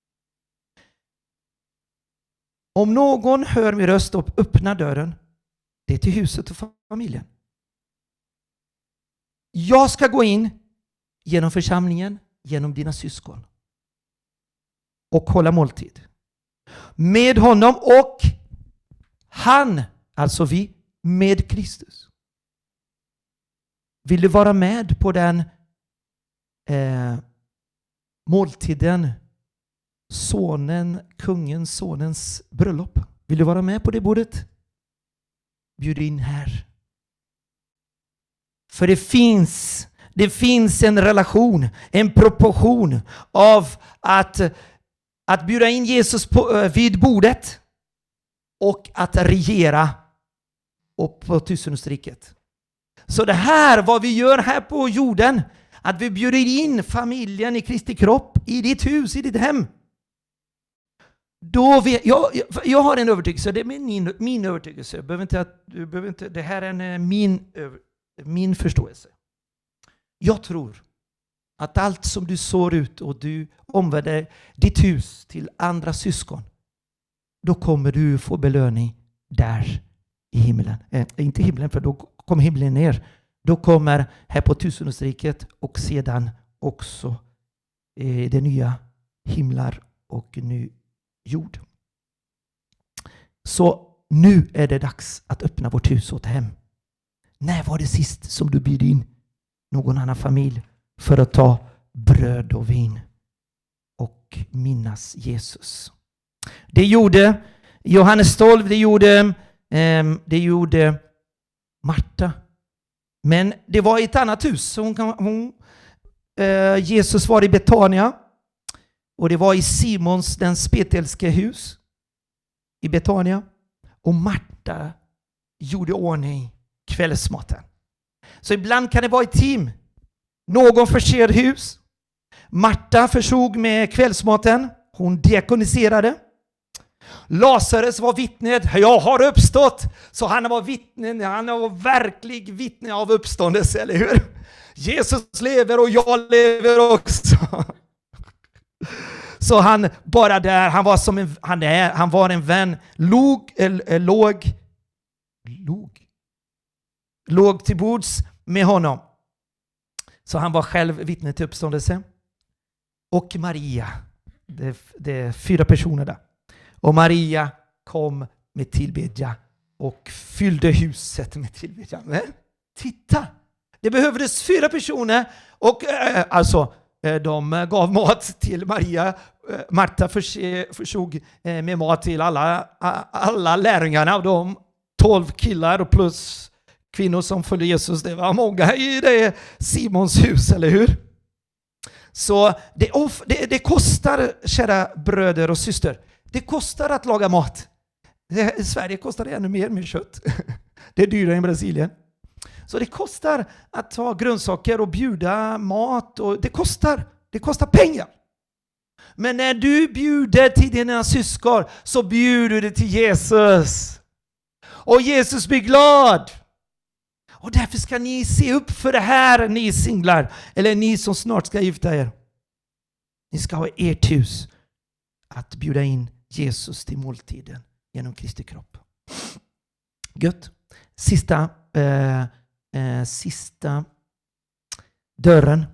Om någon hör min röst och öppnar dörren, det är till huset och familjen. Jag ska gå in genom församlingen, genom dina syskon och hålla måltid med honom och han, alltså vi, med Kristus. Vill du vara med på den måltiden, kungens bröllop? Vill du vara med på det bordet? Bjud in här. För det finns en relation, en proportion av att bjuda in Jesus vid bordet och att regera och på tusenriket. Så det här, vad vi gör här på jorden, att vi bjuder in familjen i Kristi kropp i ditt hus, i ditt hem. Jag har en övertygelse, det är min övertygelse. Du behöver inte, det här är min förståelse. Jag tror att allt som du sår ut och du omvänder ditt hus till andra syskon, då kommer du få belöning där i himlen. Inte himlen, för då kommer himlen ner. Då kommer här på tusenårsriket och sedan också det nya himlar och ny jord. Så nu är det dags att öppna vårt hus åt hem. När var det sist som du bjöd in någon annan familj för att ta bröd och vin och minnas Jesus? Det gjorde Johannes 12, det gjorde Marta. Men det var i ett annat hus. Jesus var i Betania och det var i Simons den spetälske hus i Betania. Och Marta gjorde ordning kvällsmaten. Så ibland kan det vara ett team. Någon förser hus. Marta försåg med kvällsmaten. Hon diakoniserade. Lazarus var vittnet. Jag har uppstått. Så han var verklig vittne av uppståndelse, eller hur? Jesus lever och jag lever också. Så han bara där, han var en vän, låg till bords med honom. Så han var själv vittne till uppståndelse. Och Maria, det är 4 personer där. Och Maria kom med tillbedja och fyllde huset med tillbedjan. Men titta, det behövdes 4 personer och de gav mat till Maria. Marta försåg med mat till alla lärjungarna, och de 12 killar och plus kvinnor som följde Jesus. Det var många i det Simons hus, eller hur? Så det kostar, kära bröder och syster. Det kostar att laga mat. I Sverige kostar det ännu mer med kött. Det är dyrare än Brasilien. Så det kostar att ta grönsaker och bjuda mat. Och det kostar pengar. Men när du bjuder till dina syskon så bjuder du till Jesus. Och Jesus blir glad. Och därför ska ni se upp för det här, ni singlar. Eller ni som snart ska gifta er. Ni ska ha ert hus att bjuda in Jesus till måltiden genom Kristi kropp. Gött. Sista dörren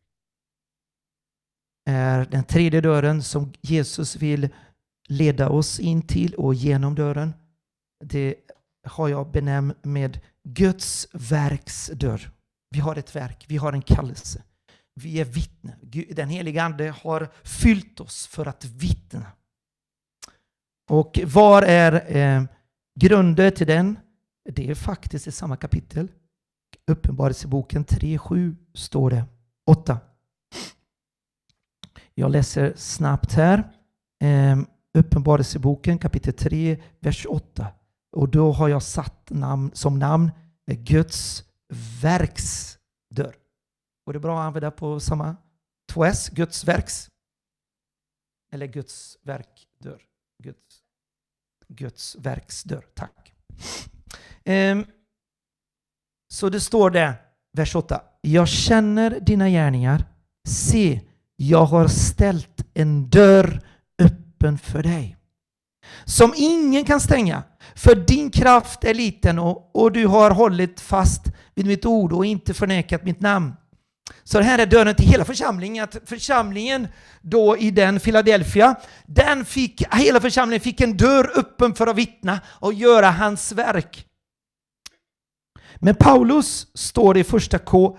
är den tredje dörren som Jesus vill leda oss in till, och genom dörren. Det har jag benämnt med Guds verksdörr. Vi har ett verk, vi har en kallelse. Vi är vittnen. Den heliga ande har fyllt oss för att vittna. Och var är grunden till den? Det är faktiskt i samma kapitel. Uppenbarelseboken 3:7 står det. 8. Jag läser snabbt här. Uppenbarelseboken kapitel 3, vers 8. Och då har jag satt som namn Guds verksdörr. Och det är bra att använda på samma 2S, Guds verks. Eller Guds verkdörr. Guds verksdörr, tack. Så det står där, vers 8. Jag känner dina gärningar. Se, jag har ställt en dörr öppen för dig, som ingen kan stänga. För din kraft är liten och du har hållit fast vid mitt ord och inte förnekat mitt namn. Så det här är dörren till hela församlingen. Att församlingen då i den Philadelphia, hela församlingen fick en dörr öppen för att vittna och göra hans verk. Men Paulus står det i första K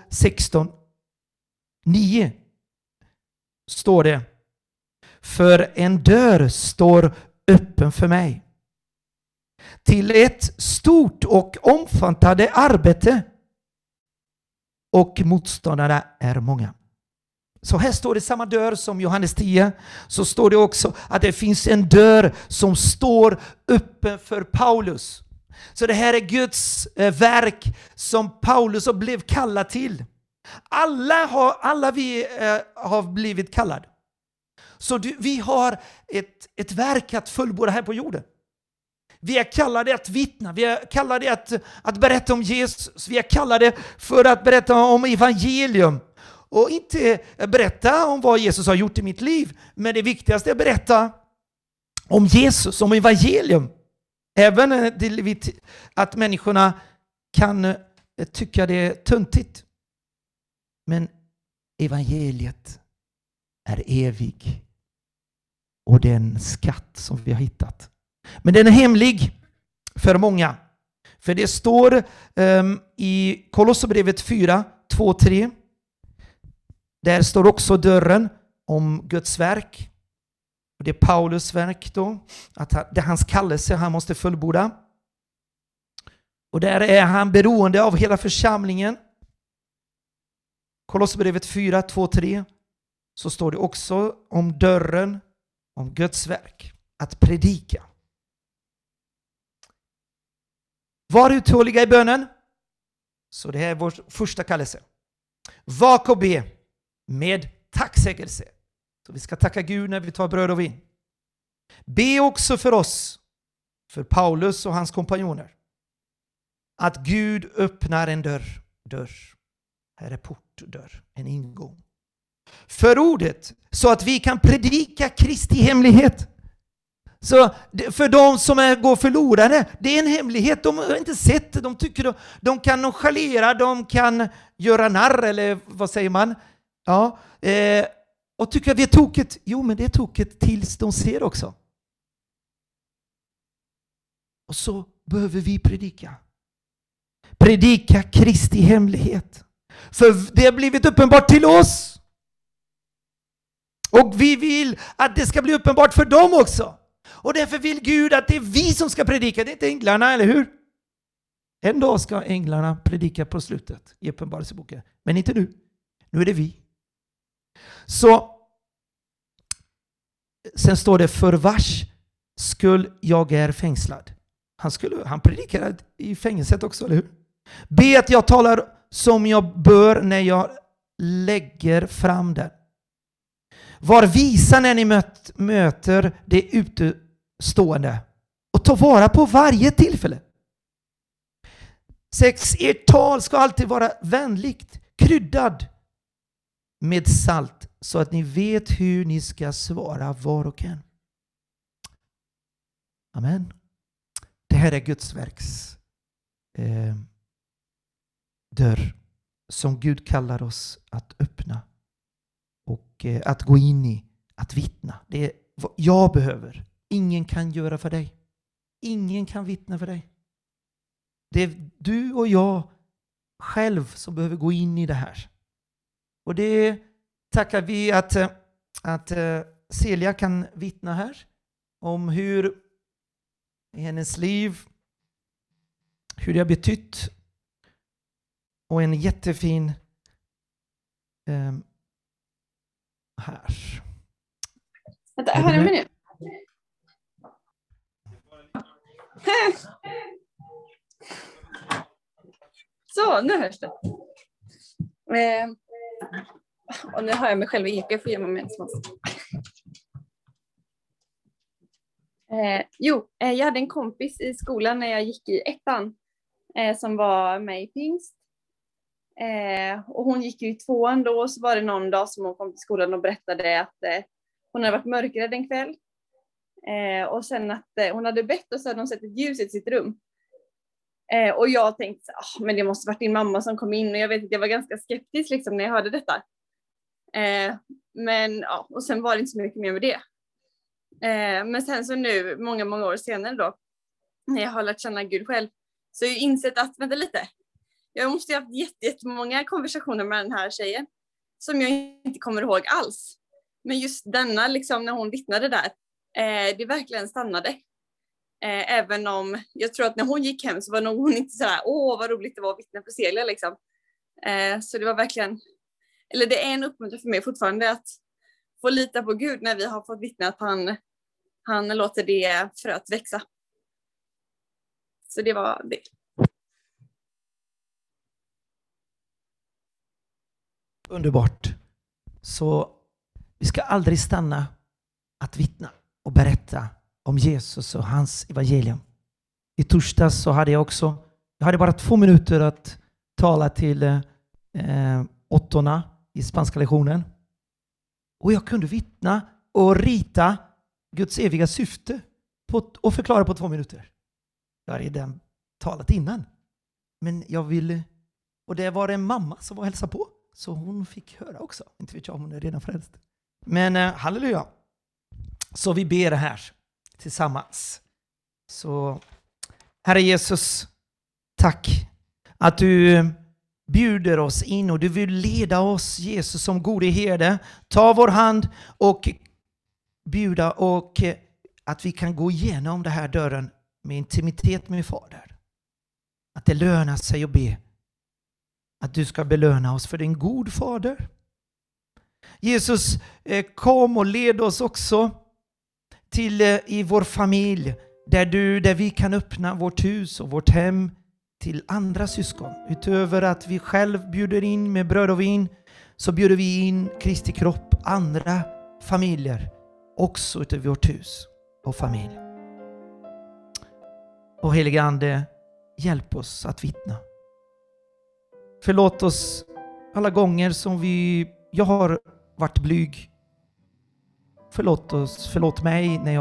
16:9 står det: för en dörr står öppen för mig till ett stort och omfattande arbete, och motståndarna är många. Så här står det samma dörr som Johannes 10. Så står det också att det finns en dörr som står öppen för Paulus. Så det här är Guds verk som Paulus blev kallad till. Alla vi har blivit kallade. Så vi har ett verk att fullborda här på jorden. Vi är kallade att vittna. Vi är kallade att berätta om Jesus. Vi är kallade för att berätta om evangelium. Och inte berätta om vad Jesus har gjort i mitt liv. Men det viktigaste är att berätta om Jesus, om evangelium. Även att människorna kan tycka det är töntigt. Men evangeliet är evig. Och det är en skatt som vi har hittat. Men den är hemlig för många. För det står i Kolosserbrevet 4, 2-3. Där står också dörren om Guds verk. Och det är Paulus verk då. Att det är hans kallelse han måste fullborda. Och där är han beroende av hela församlingen. Kolosserbrevet 4, 2-3. Så står det också om dörren om Guds verk. Att predika. Var uthålliga i bönen. Så det här är vår första kallelse. Vak och be med tacksägelse. Så vi ska tacka Gud när vi tar bröd och vin. Be också för oss, för Paulus och hans kompanjoner, att Gud öppnar en dörr. Här är portdörr, en ingång. För ordet, så att vi kan predika Kristi hemlighet. Så för de som går förlorade, det är en hemlighet. De har inte sett det. De tycker de kan nonchalera, de kan göra narr, eller vad säger man? Ja, och tycker att det är tokigt. Jo, men det är tokigt tills de ser också. Och så behöver vi predika. Predika Kristi hemlighet. För det har blivit uppenbart till oss. Och vi vill att det ska bli uppenbart för dem också. Och därför vill Gud att det är vi som ska predika. Det är inte änglarna, eller hur? En dag ska änglarna predika på slutet i Uppenbarelseboken. Men inte nu. Nu är det vi. Så sen står det, för vars skull jag är fängslad. Han predikade i fängelset också, eller hur? Be att jag talar som jag bör när jag lägger fram den. Var visa när ni möter det utestående. Och ta vara på varje tillfälle. 6. Ert tal ska alltid vara vänligt, kryddad med salt, så att ni vet hur ni ska svara var och en. Amen. Det här är Guds verks dörr som Gud kallar oss att öppna och att gå in i, att vittna. Det är vad jag behöver. Ingen kan göra för dig. Ingen kan vittna för dig. Det är du och jag själv som behöver gå in i det här. Och det tackar vi att Celia kan vittna här om hur i hennes liv, hur det har betytt. Och en jättefin här. Vänta, hör ni mig nu? Så, nu hörs det. Och nu hör jag mig själv i eko, jag får ge mig en smås. Jag hade en kompis i skolan när jag gick i ettan som var med i Pingst. Och hon gick ju i tvåan då, och så var det någon dag som hon kom till skolan och berättade att hon hade varit mörkrädd en kväll. Och sen att hon hade bett och så hade hon sett ett ljus i sitt rum. Och jag tänkte, men det måste varit din mamma som kom in, och jag vet att jag var ganska skeptisk liksom när jag hörde detta. Men ja, och sen var det inte så mycket mer med det. Men sen så nu, många år senare då, när jag har lärt känna Gud själv, så har jag insett att, vänta lite, jag måste ha haft jättemånga konversationer med den här tjejen som jag inte kommer ihåg alls. Men just denna, liksom, när hon vittnade där, det verkligen stannade. Även om jag tror att när hon gick hem så var nog hon inte sådär, vad roligt det var att vittna för Celia liksom. Så det var verkligen, eller det är en uppmuntran för mig fortfarande att få lita på Gud när vi har fått vittna att han låter det fröet växa. Så det var det. Underbart. Så vi ska aldrig stanna att vittna och berätta om Jesus och hans evangelium. I torsdags så hade jag hade bara 2 minuter att tala till åttorna i spanska lektionen. Och jag kunde vittna och rita Guds eviga syfte och förklara på 2 minuter. Jag hade redan talat innan. Men jag ville, och det var en mamma som var och hälsade på. Så hon fick höra också. Inte vet jag om hon är redan frälst. Men halleluja. Så vi ber här tillsammans. Så Herre Jesus, tack att du bjuder oss in och du vill leda oss, Jesus, som gode herde. Ta vår hand och bjuda, och att vi kan gå igenom den här dörren med intimitet med Fader. Att det lönar sig att be. Att du ska belöna oss för din god Fader. Jesus, kom och led oss också till i vår familj där vi kan öppna vårt hus och vårt hem till andra syskon. Utöver att vi själv bjuder in med bröd och vin, så bjuder vi in Kristi kropp, andra familjer också utöver vårt hus och familj. Och helige Ande, hjälp oss att vittna. Förlåt oss alla gånger som jag har varit blyg. Förlåt mig när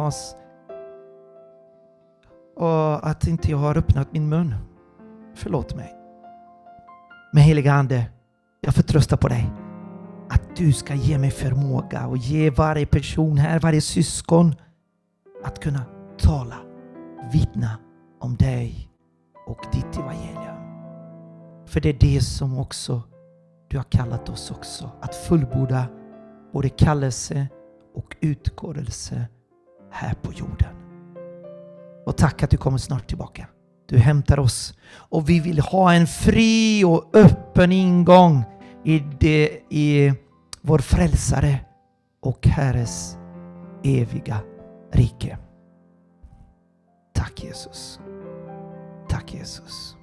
och att inte jag har öppnat min mun. Förlåt mig. Men heliga Ande, jag förtröstar på dig. Att du ska ge mig förmåga och ge varje person här, varje syskon, att kunna tala, vittna om dig och ditt evangelium. För det är det som också du har kallat oss också att fullborda, både kallelse och utgåelse här på jorden. Och tack att du kommer snart tillbaka. Du hämtar oss och vi vill ha en fri och öppen ingång i vår frälsare och Herres eviga rike. Tack Jesus. Tack Jesus.